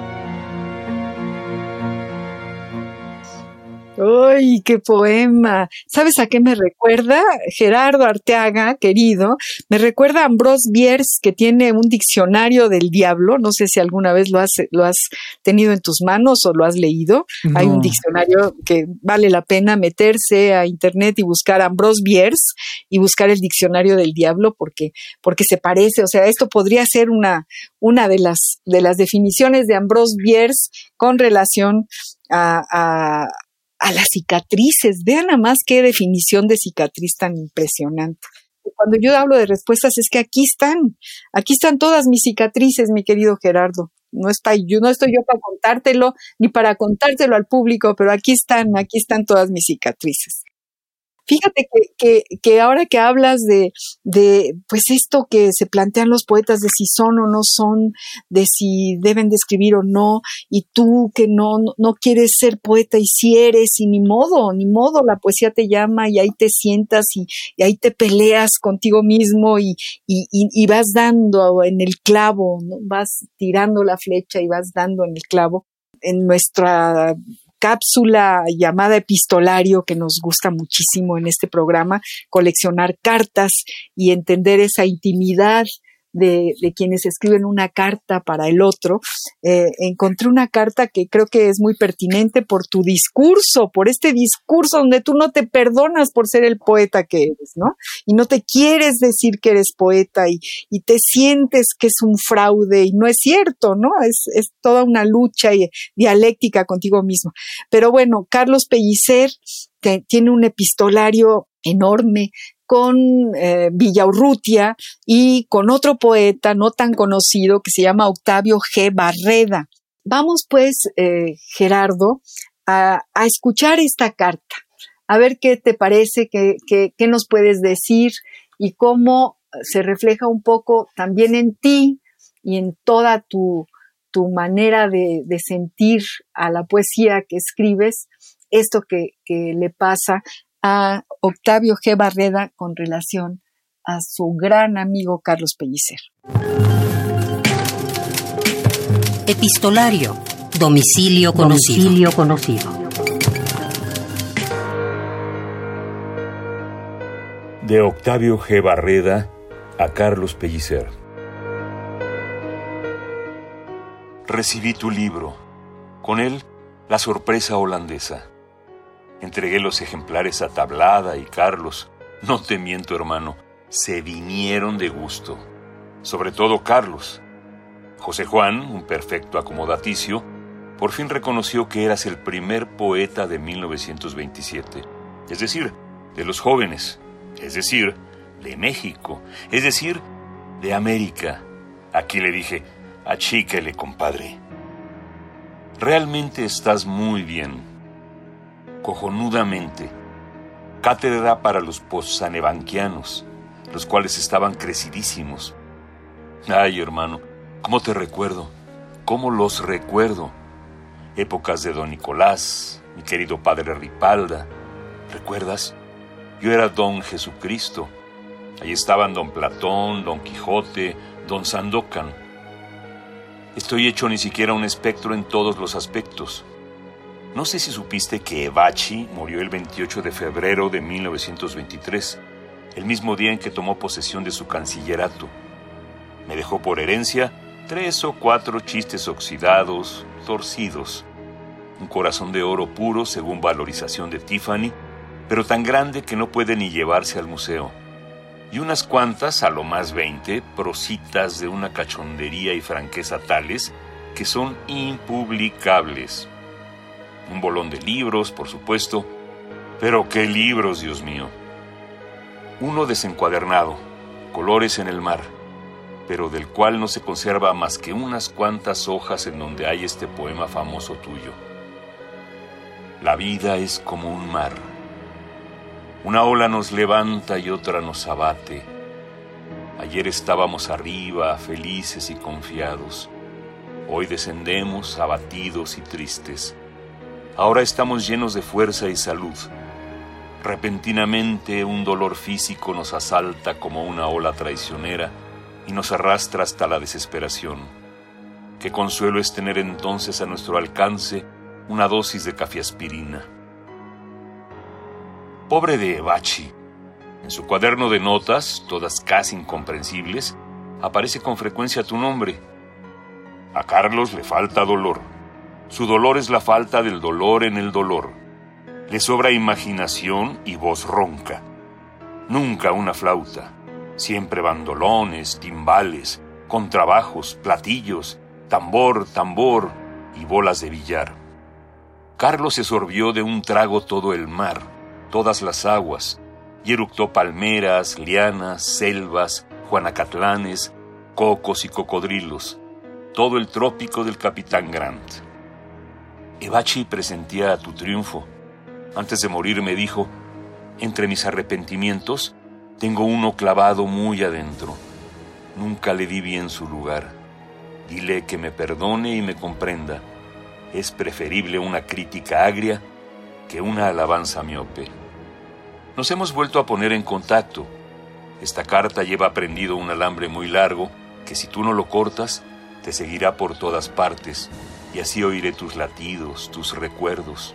¡Ay, qué poema! ¿Sabes a qué me recuerda? Gerardo Arteaga, querido, me recuerda a Ambrose Bierce, que tiene un diccionario del diablo. No sé si alguna vez lo has tenido en tus manos o lo has leído. No. Hay un diccionario que vale la pena meterse a internet y buscar Ambrose Bierce y buscar el diccionario del diablo porque se parece. O sea, esto podría ser una de las definiciones de Ambrose Bierce con relación a las cicatrices. Vean nada más qué definición de cicatriz tan impresionante. Cuando yo hablo de respuestas es que aquí están todas mis cicatrices, mi querido Gerardo. No estoy yo para contártelo, ni para contártelo al público, pero aquí están todas mis cicatrices. Fíjate que ahora que hablas de pues esto que se plantean los poetas de si son o no son, de si deben de escribir o no, y tú que no quieres ser poeta y si eres, y ni modo, la poesía te llama y ahí te sientas y ahí te peleas contigo mismo y vas dando en el clavo, ¿no? Vas tirando la flecha y vas dando en el clavo. En nuestra cápsula llamada epistolario, que nos gusta muchísimo en este programa, coleccionar cartas y entender esa intimidad de quienes escriben una carta para el otro. Encontré una carta que creo que es muy pertinente por tu discurso, por este discurso donde tú no te perdonas por ser el poeta que eres, ¿no? Y no te quieres decir que eres poeta y te sientes que es un fraude y no es cierto, ¿no? Es toda una lucha dialéctica contigo mismo. Pero bueno, Carlos Pellicer tiene un epistolario enorme con Villaurrutia y con otro poeta no tan conocido que se llama Octavio G. Barreda. Vamos pues, Gerardo, a escuchar esta carta, a ver qué te parece, qué nos puedes decir y cómo se refleja un poco también en ti y en toda tu manera de sentir a la poesía que escribes, esto que le pasa a Octavio G. Barreda con relación a su gran amigo Carlos Pellicer. Epistolario. Domicilio conocido. De Octavio G. Barreda a Carlos Pellicer. Recibí tu libro. Con él, la sorpresa holandesa. Entregué los ejemplares a Tablada y Carlos. No te miento, hermano, se vinieron de gusto. Sobre todo Carlos. José Juan, un perfecto acomodaticio, por fin reconoció que eras el primer poeta de 1927. Es decir, de los jóvenes. Es decir, de México. Es decir, de América. Aquí le dije, achíquele, compadre. Realmente estás muy bien. Cojonudamente. Cátedra para los postsanebanquianos, los cuales estaban crecidísimos. Ay, hermano, ¿cómo te recuerdo? ¿Cómo los recuerdo? Épocas de don Nicolás, mi querido padre Ripalda. ¿Recuerdas? Yo era don Jesucristo. Ahí estaban Don Platón, Don Quijote, Don Sandokan. Estoy hecho ni siquiera un espectro en todos los aspectos. No sé si supiste que Evachi murió el 28 de febrero de 1923, el mismo día en que tomó posesión de su cancillerato. Me dejó por herencia 3 o 4 chistes oxidados, torcidos. Un corazón de oro puro según valorización de Tiffany, pero tan grande que no puede ni llevarse al museo. Y unas cuantas, a lo más 20, prositas de una cachondería y franqueza tales que son impublicables. Un bolón de libros, por supuesto, pero ¡qué libros, Dios mío! Uno desencuadernado, colores en el mar, pero del cual no se conserva más que unas cuantas hojas en donde hay este poema famoso tuyo. La vida es como un mar. Una ola nos levanta y otra nos abate. Ayer estábamos arriba, felices y confiados. Hoy descendemos, abatidos y tristes. Ahora estamos llenos de fuerza y salud. Repentinamente un dolor físico nos asalta como una ola traicionera y nos arrastra hasta la desesperación. Qué consuelo es tener entonces a nuestro alcance una dosis de cafeaspirina. Pobre de Evachi. En su cuaderno de notas, todas casi incomprensibles, aparece con frecuencia tu nombre. A Carlos le falta dolor. Su dolor es la falta del dolor en el dolor. Le sobra imaginación y voz ronca. Nunca una flauta. Siempre bandolones, timbales, contrabajos, platillos, tambor, tambor y bolas de billar. Carlos se sorbió de un trago todo el mar, todas las aguas, y eructó palmeras, lianas, selvas, juanacatlanes, cocos y cocodrilos, todo el trópico del Capitán Grant. Evachi presentía tu triunfo. Antes de morir me dijo, entre mis arrepentimientos, tengo uno clavado muy adentro. Nunca le di bien su lugar. Dile que me perdone y me comprenda. Es preferible una crítica agria que una alabanza miope. Nos hemos vuelto a poner en contacto. Esta carta lleva prendido un alambre muy largo que si tú no lo cortas, te seguirá por todas partes y así oiré tus latidos, tus recuerdos.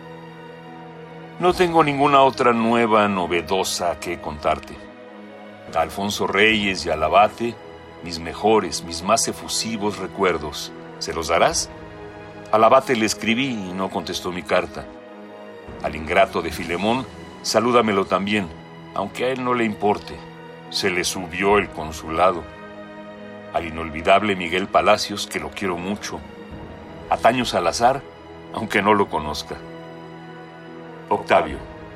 No tengo ninguna otra nueva novedosa que contarte. A Alfonso Reyes y al Abate, mis mejores, mis más efusivos recuerdos. ¿Se los darás? Al Abate le escribí y no contestó mi carta. Al ingrato de Filemón, salúdamelo también, aunque a él no le importe. Se le subió el consulado. Al inolvidable Miguel Palacios, que lo quiero mucho. A Taño Salazar, aunque no lo conozca. Octavio.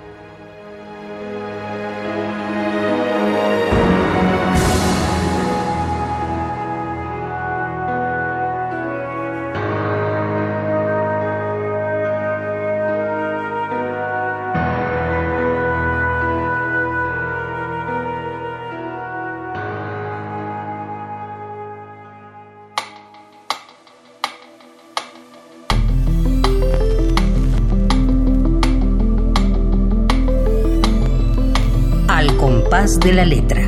De la letra.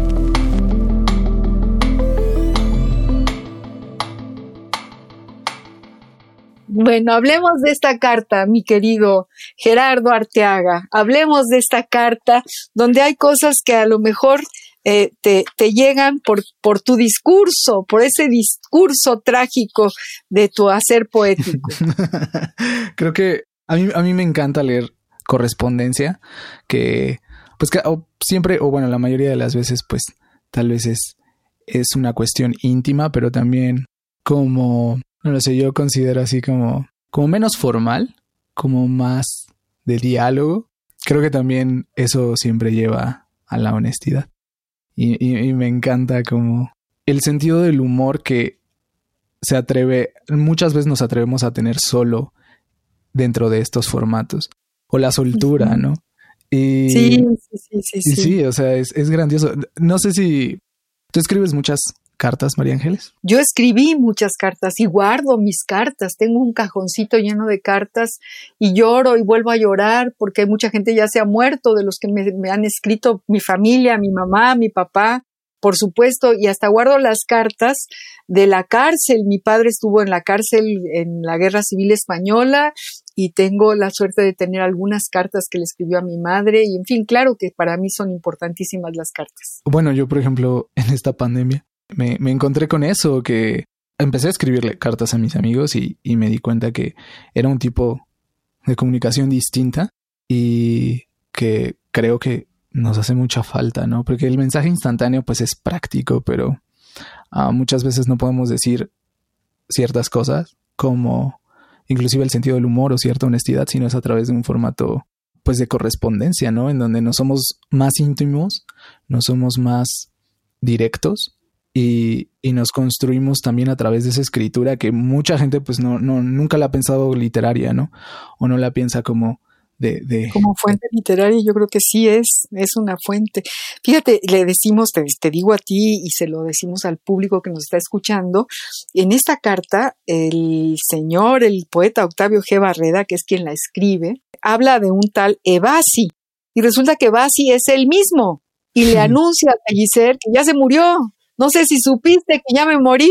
Bueno, hablemos de esta carta, mi querido Gerardo Arteaga. Hablemos de esta carta donde hay cosas que a lo mejor te llegan por tu discurso, por ese discurso trágico de tu hacer poético. Creo que a mí me encanta leer correspondencia que pues que siempre, o bueno, la mayoría de las veces, pues tal vez es una cuestión íntima, pero también como, no lo sé, yo considero así como menos formal, como más de diálogo. Creo que también eso siempre lleva a la honestidad. Y me encanta como el sentido del humor que muchas veces nos atrevemos a tener solo dentro de estos formatos. O la soltura, ¿no? Y sí, o sea, es grandioso. No sé si tú escribes muchas cartas, María Ángeles? Yo escribí muchas cartas y guardo mis cartas. Tengo un cajoncito lleno de cartas y lloro y vuelvo a llorar porque mucha gente ya se ha muerto de los que me han escrito, mi familia, mi mamá, mi papá, por supuesto, y hasta guardo las cartas de la cárcel. Mi padre estuvo en la cárcel en la Guerra Civil Española y tengo la suerte de tener algunas cartas que le escribió a mi madre y, en fin, claro que para mí son importantísimas las cartas. Bueno, yo, por ejemplo, en esta pandemia me encontré con eso, que empecé a escribirle cartas a mis amigos y me di cuenta que era un tipo de comunicación distinta y que creo que nos hace mucha falta, ¿no? Porque el mensaje instantáneo pues es práctico, pero muchas veces no podemos decir ciertas cosas como inclusive el sentido del humor o cierta honestidad, sino es a través de un formato pues de correspondencia, ¿no? En donde no somos más íntimos, no somos más directos y nos construimos también a través de esa escritura que mucha gente pues nunca la ha pensado literaria, ¿no? O no la piensa como como fuente literaria. Yo creo que sí es una fuente. Fíjate, le decimos, te digo a ti y se lo decimos al público que nos está escuchando, en esta carta el poeta Octavio G. Barreda, que es quien la escribe, habla de un tal Evasi y resulta que Evasi es él mismo y le anuncia a Pellicer que ya se murió. No sé si supiste que ya me morí,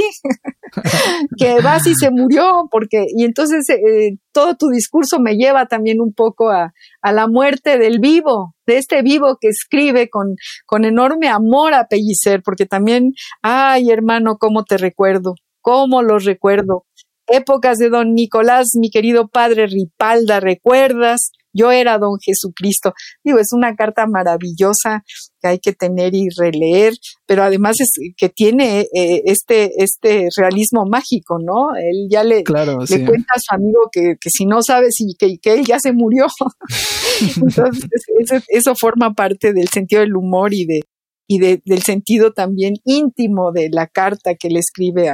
que Evasi se murió, y entonces todo tu discurso me lleva también un poco a la muerte del vivo, de este vivo que escribe con enorme amor a Pellicer, porque también, ay hermano, cómo te recuerdo, cómo los recuerdo. Épocas de don Nicolás, mi querido padre Ripalda, ¿recuerdas? Yo era don Jesucristo. Digo, es una carta maravillosa que hay que tener y releer, pero además es que tiene este realismo mágico, ¿no? Él ya le cuenta a su amigo que si no sabes que él ya se murió. Entonces, eso forma parte del sentido del humor y del sentido también íntimo de la carta que le escribe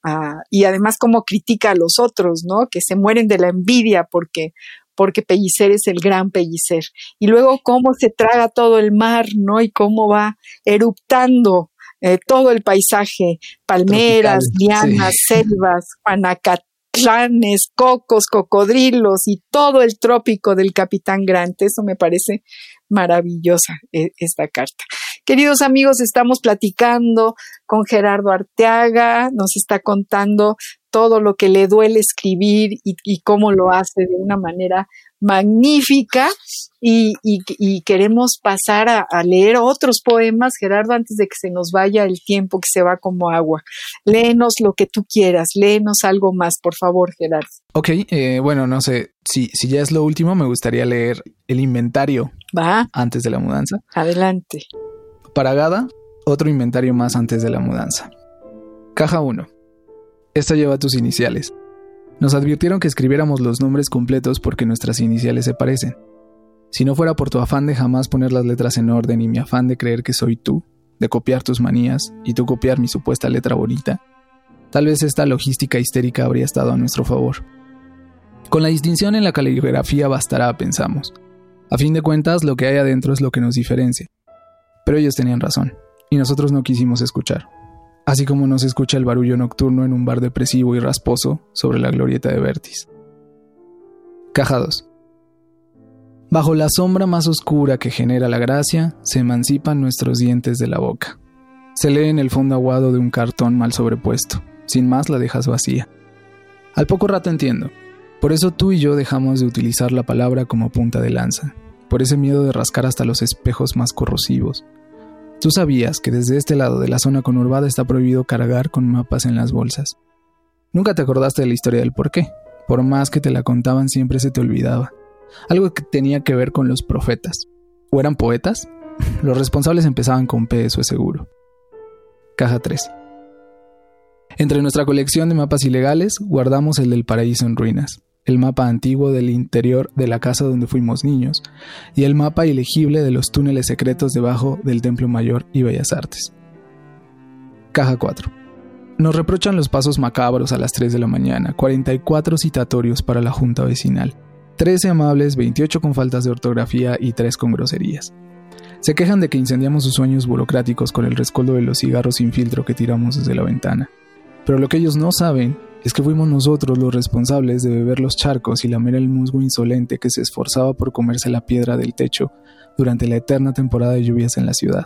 y además cómo critica a los otros, ¿no? Que se mueren de la envidia porque Pellicer es el gran Pellicer. Y luego cómo se traga todo el mar, ¿no? Y cómo va eruptando todo el paisaje, palmeras, lianas, selvas, panacatlanes, cocos, cocodrilos y todo el trópico del Capitán Grant. Eso me parece maravillosa esta carta. Queridos amigos, estamos platicando con Gerardo Arteaga, nos está contando todo lo que le duele escribir y cómo lo hace de una manera magnífica y queremos pasar a leer otros poemas. Gerardo, antes de que se nos vaya el tiempo que se va como agua, léenos lo que tú quieras, léenos algo más, por favor, Gerardo. Ok, bueno, no sé, si ya es lo último, me gustaría leer el inventario antes de la mudanza. Adelante. Para Gada, otro inventario más antes de la mudanza. Caja 1. Esta lleva tus iniciales. Nos advirtieron que escribiéramos los nombres completos porque nuestras iniciales se parecen. Si no fuera por tu afán de jamás poner las letras en orden y mi afán de creer que soy tú, de copiar tus manías y tú copiar mi supuesta letra bonita, tal vez esta logística histérica habría estado a nuestro favor. Con la distinción en la caligrafía bastará, pensamos. A fin de cuentas, lo que hay adentro es lo que nos diferencia. Pero ellos tenían razón, y nosotros no quisimos escuchar. Así como no se escucha el barullo nocturno en un bar depresivo y rasposo sobre la glorieta de Vértiz. Caja 2. Bajo la sombra más oscura que genera la gracia, se emancipan nuestros dientes de la boca. Se lee en el fondo aguado de un cartón mal sobrepuesto. Sin más la dejas vacía. Al poco rato entiendo. Por eso tú y yo dejamos de utilizar la palabra como punta de lanza. Por ese miedo de rascar hasta los espejos más corrosivos. Tú sabías que desde este lado de la zona conurbada está prohibido cargar con mapas en las bolsas. Nunca te acordaste de la historia del por qué. Por más que te la contaban, siempre se te olvidaba. Algo que tenía que ver con los profetas. ¿O eran poetas? Los responsables empezaban con P, eso es seguro. Caja 3. Entre nuestra colección de mapas ilegales, guardamos el del paraíso en ruinas. El mapa antiguo del interior de la casa donde fuimos niños y el mapa ilegible de los túneles secretos debajo del Templo Mayor y Bellas Artes. Caja 4. Nos reprochan los pasos macabros a las 3 de la mañana, 44 citatorios para la junta vecinal, 13 amables, 28 con faltas de ortografía y 3 con groserías. Se quejan de que incendiamos sus sueños burocráticos con el rescoldo de los cigarros sin filtro que tiramos desde la ventana. Pero lo que ellos no saben es que fuimos nosotros los responsables de beber los charcos y lamer el musgo insolente que se esforzaba por comerse la piedra del techo durante la eterna temporada de lluvias en la ciudad.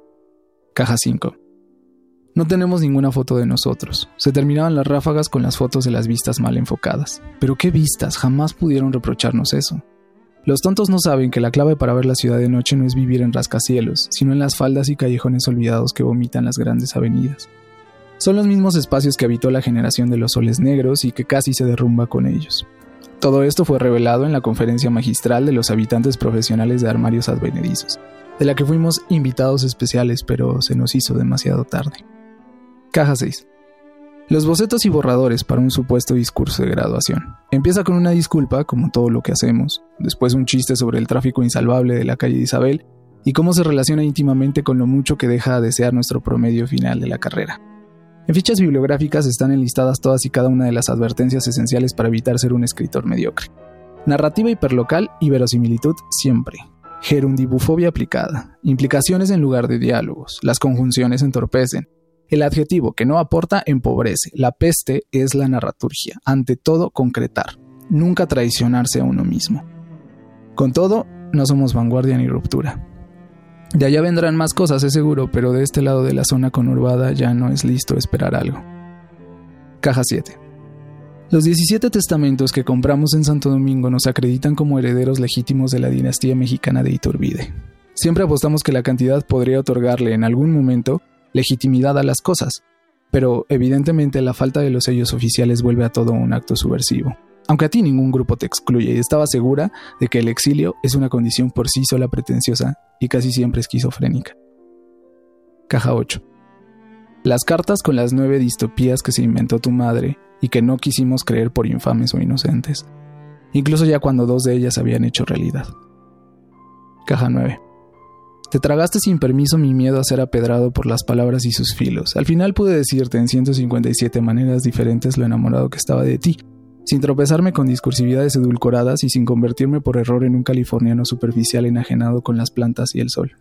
Caja 5. No tenemos ninguna foto de nosotros. Se terminaban las ráfagas con las fotos de las vistas mal enfocadas. Pero ¿qué vistas? Jamás pudieron reprocharnos eso. Los tontos no saben que la clave para ver la ciudad de noche no es vivir en rascacielos, sino en las faldas y callejones olvidados que vomitan las grandes avenidas. Son los mismos espacios que habitó la generación de los soles negros y que casi se derrumba con ellos. Todo esto fue revelado en la conferencia magistral de los habitantes profesionales de armarios advenedizos, de la que fuimos invitados especiales, pero se nos hizo demasiado tarde. Caja 6. Los bocetos y borradores para un supuesto discurso de graduación. Empieza con una disculpa, como todo lo que hacemos, después un chiste sobre el tráfico insalvable de la calle de Isabel y cómo se relaciona íntimamente con lo mucho que deja a desear nuestro promedio final de la carrera. En fichas bibliográficas están enlistadas todas y cada una de las advertencias esenciales para evitar ser un escritor mediocre. Narrativa hiperlocal y verosimilitud siempre. Gerundibufobia aplicada. Implicaciones en lugar de diálogos. Las conjunciones entorpecen. El adjetivo que no aporta empobrece. La peste es la narraturgia. Ante todo, concretar. Nunca traicionarse a uno mismo. Con todo, no somos vanguardia ni ruptura. De allá vendrán más cosas, es seguro, pero de este lado de la zona conurbada ya no es listo esperar algo. Caja 7. Los 17 testamentos que compramos en Santo Domingo nos acreditan como herederos legítimos de la dinastía mexicana de Iturbide. Siempre apostamos que la cantidad podría otorgarle en algún momento legitimidad a las cosas, pero evidentemente la falta de los sellos oficiales vuelve a todo un acto subversivo. Aunque a ti ningún grupo te excluye y estaba segura de que el exilio es una condición por sí sola pretenciosa y casi siempre esquizofrénica. Caja 8. Las cartas con las 9 distopías que se inventó tu madre y que no quisimos creer por infames o inocentes, incluso ya cuando 2 de ellas habían hecho realidad. Caja 9. Te tragaste sin permiso mi miedo a ser apedrado por las palabras y sus filos. Al final pude decirte en 157 maneras diferentes lo enamorado que estaba de ti, sin tropezarme con discursividades edulcoradas y sin convertirme por error en un californiano superficial enajenado con las plantas y el sol.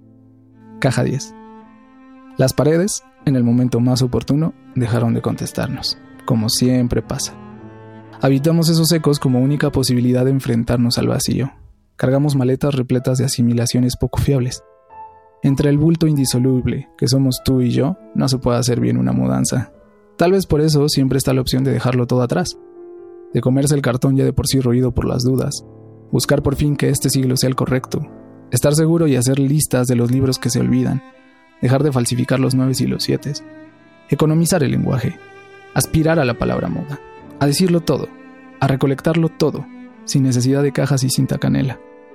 Caja 10. Las paredes, en el momento más oportuno, dejaron de contestarnos, como siempre pasa. Habitamos esos ecos como única posibilidad de enfrentarnos al vacío. Cargamos maletas repletas de asimilaciones poco fiables. Entre el bulto indisoluble, que somos tú y yo, no se puede hacer bien una mudanza. Tal vez por eso siempre está la opción de dejarlo todo atrás, de comerse el cartón ya de por sí roído por las dudas, buscar por fin que este siglo sea el correcto, estar seguro y hacer listas de los libros que se olvidan, dejar de falsificar los 9 y los 7, economizar el lenguaje, aspirar a la palabra moda, a decirlo todo, a recolectarlo todo, sin necesidad de cajas y cinta canela.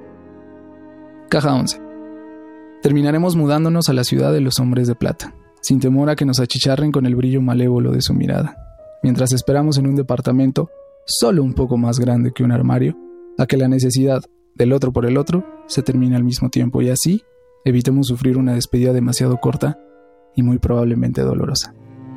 Caja 11. Terminaremos mudándonos a la ciudad de los hombres de plata, sin temor a que nos achicharren con el brillo malévolo de su mirada, mientras esperamos en un departamento solo un poco más grande que un armario, a que la necesidad del otro por el otro se termine al mismo tiempo y así evitemos sufrir una despedida demasiado corta y muy probablemente dolorosa.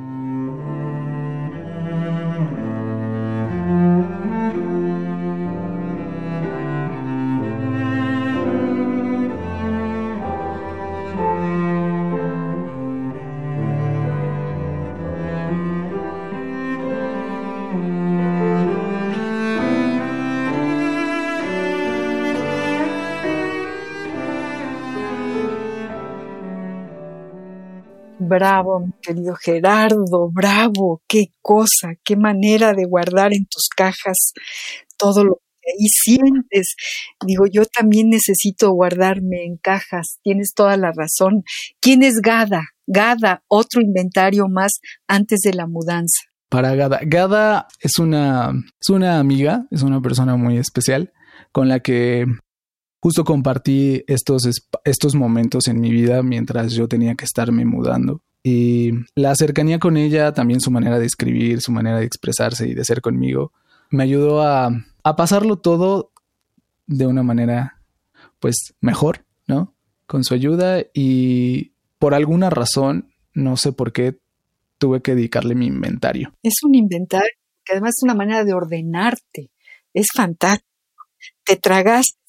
Bravo, mi querido Gerardo, bravo, qué cosa, qué manera de guardar en tus cajas todo lo que ahí sientes. Digo, yo también necesito guardarme en cajas, tienes toda la razón. ¿Quién es Gada? Gada, otro inventario más antes de la mudanza. Para Gada. Gada es una amiga, es una persona muy especial con la que justo compartí estos momentos en mi vida mientras yo tenía que estarme mudando. Y la cercanía con ella, también su manera de escribir, su manera de expresarse y de ser conmigo, me ayudó a pasarlo todo de una manera, pues, mejor, ¿no? Con su ayuda y por alguna razón, no sé por qué, tuve que dedicarle mi inventario. Es un inventario que además es una manera de ordenarte. Es fantástico. Te tragaste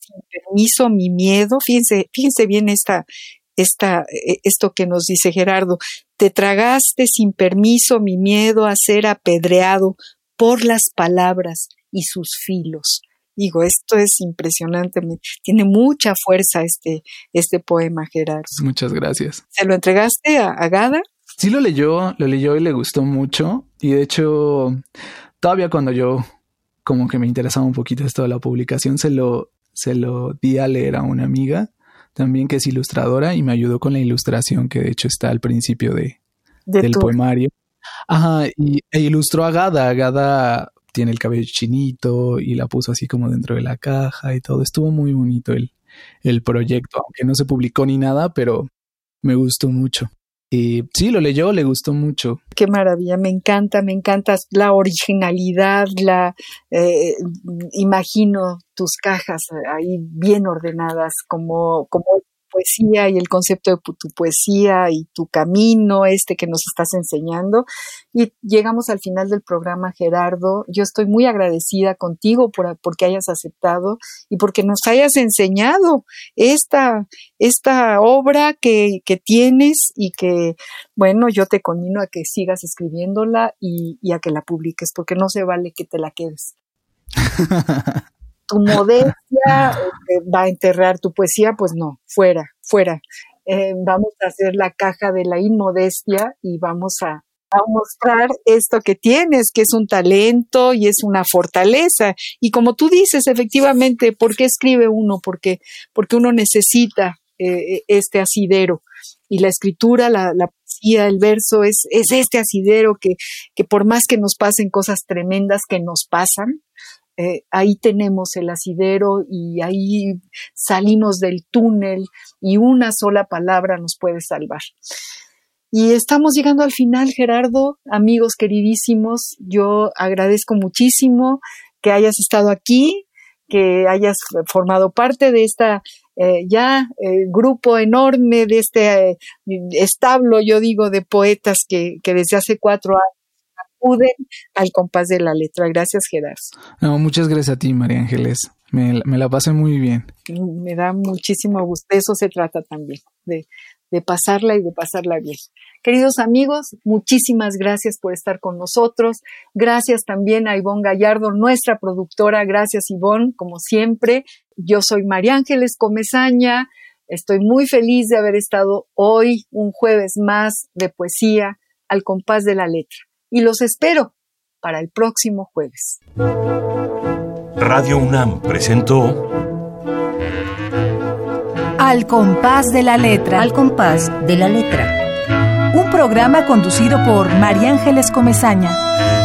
sin permiso mi miedo. Fíjense bien esto que nos dice Gerardo. Te tragaste sin permiso mi miedo a ser apedreado por las palabras y sus filos. Digo, esto es impresionante, tiene mucha fuerza este poema, Gerardo. Muchas gracias. ¿Se lo entregaste a Gada? Sí, lo leyó y le gustó mucho. Y de hecho, todavía cuando yo como que me interesaba un poquito esto de la publicación, se lo di a leer a una amiga también que es ilustradora y me ayudó con la ilustración que de hecho está al principio del poemario. Ajá, e ilustró a Gada. Gada tiene el cabello chinito y la puso así como dentro de la caja y todo. Estuvo muy bonito el proyecto, aunque no se publicó ni nada, pero me gustó mucho. Y sí, lo leyó, le gustó mucho. Qué maravilla, me encanta la originalidad, imagino tus cajas ahí bien ordenadas como poesía y el concepto de tu poesía y tu camino que nos estás enseñando. Y llegamos al final del programa, Gerardo. Yo estoy muy agradecida contigo porque hayas aceptado y porque nos hayas enseñado esta obra que tienes y que, bueno, yo te conmino a que sigas escribiéndola y a que la publiques, porque no se vale que te la quedes. Tu modestia va a enterrar tu poesía, pues no, fuera. Vamos a hacer la caja de la inmodestia y vamos a mostrar esto que tienes, que es un talento y es una fortaleza. Y como tú dices, efectivamente, ¿por qué escribe uno? Porque uno necesita este asidero. Y la escritura, la poesía, el verso es este asidero que por más que nos pasen cosas tremendas que nos pasan, ahí tenemos el asidero y ahí salimos del túnel y una sola palabra nos puede salvar. Y estamos llegando al final, Gerardo. Amigos queridísimos, yo agradezco muchísimo que hayas estado aquí, que hayas formado parte de esta grupo enorme, de este establo, yo digo, de poetas que desde hace 4 años acuden al compás de la letra. Gracias, Gerardo. No, muchas gracias a ti, María Ángeles. Me la pasé muy bien. Me da muchísimo gusto. De eso se trata también, de pasarla y de pasarla bien. Queridos amigos, muchísimas gracias por estar con nosotros. Gracias también a Ivonne Gallardo, nuestra productora. Gracias, Ivonne, como siempre. Yo soy María Ángeles Comesaña. Estoy muy feliz de haber estado hoy, un jueves más de poesía al compás de la letra. Y los espero para el próximo jueves. Radio UNAM presentó Al compás de la letra. Al compás de la letra. Un programa conducido por María Ángeles Comesaña.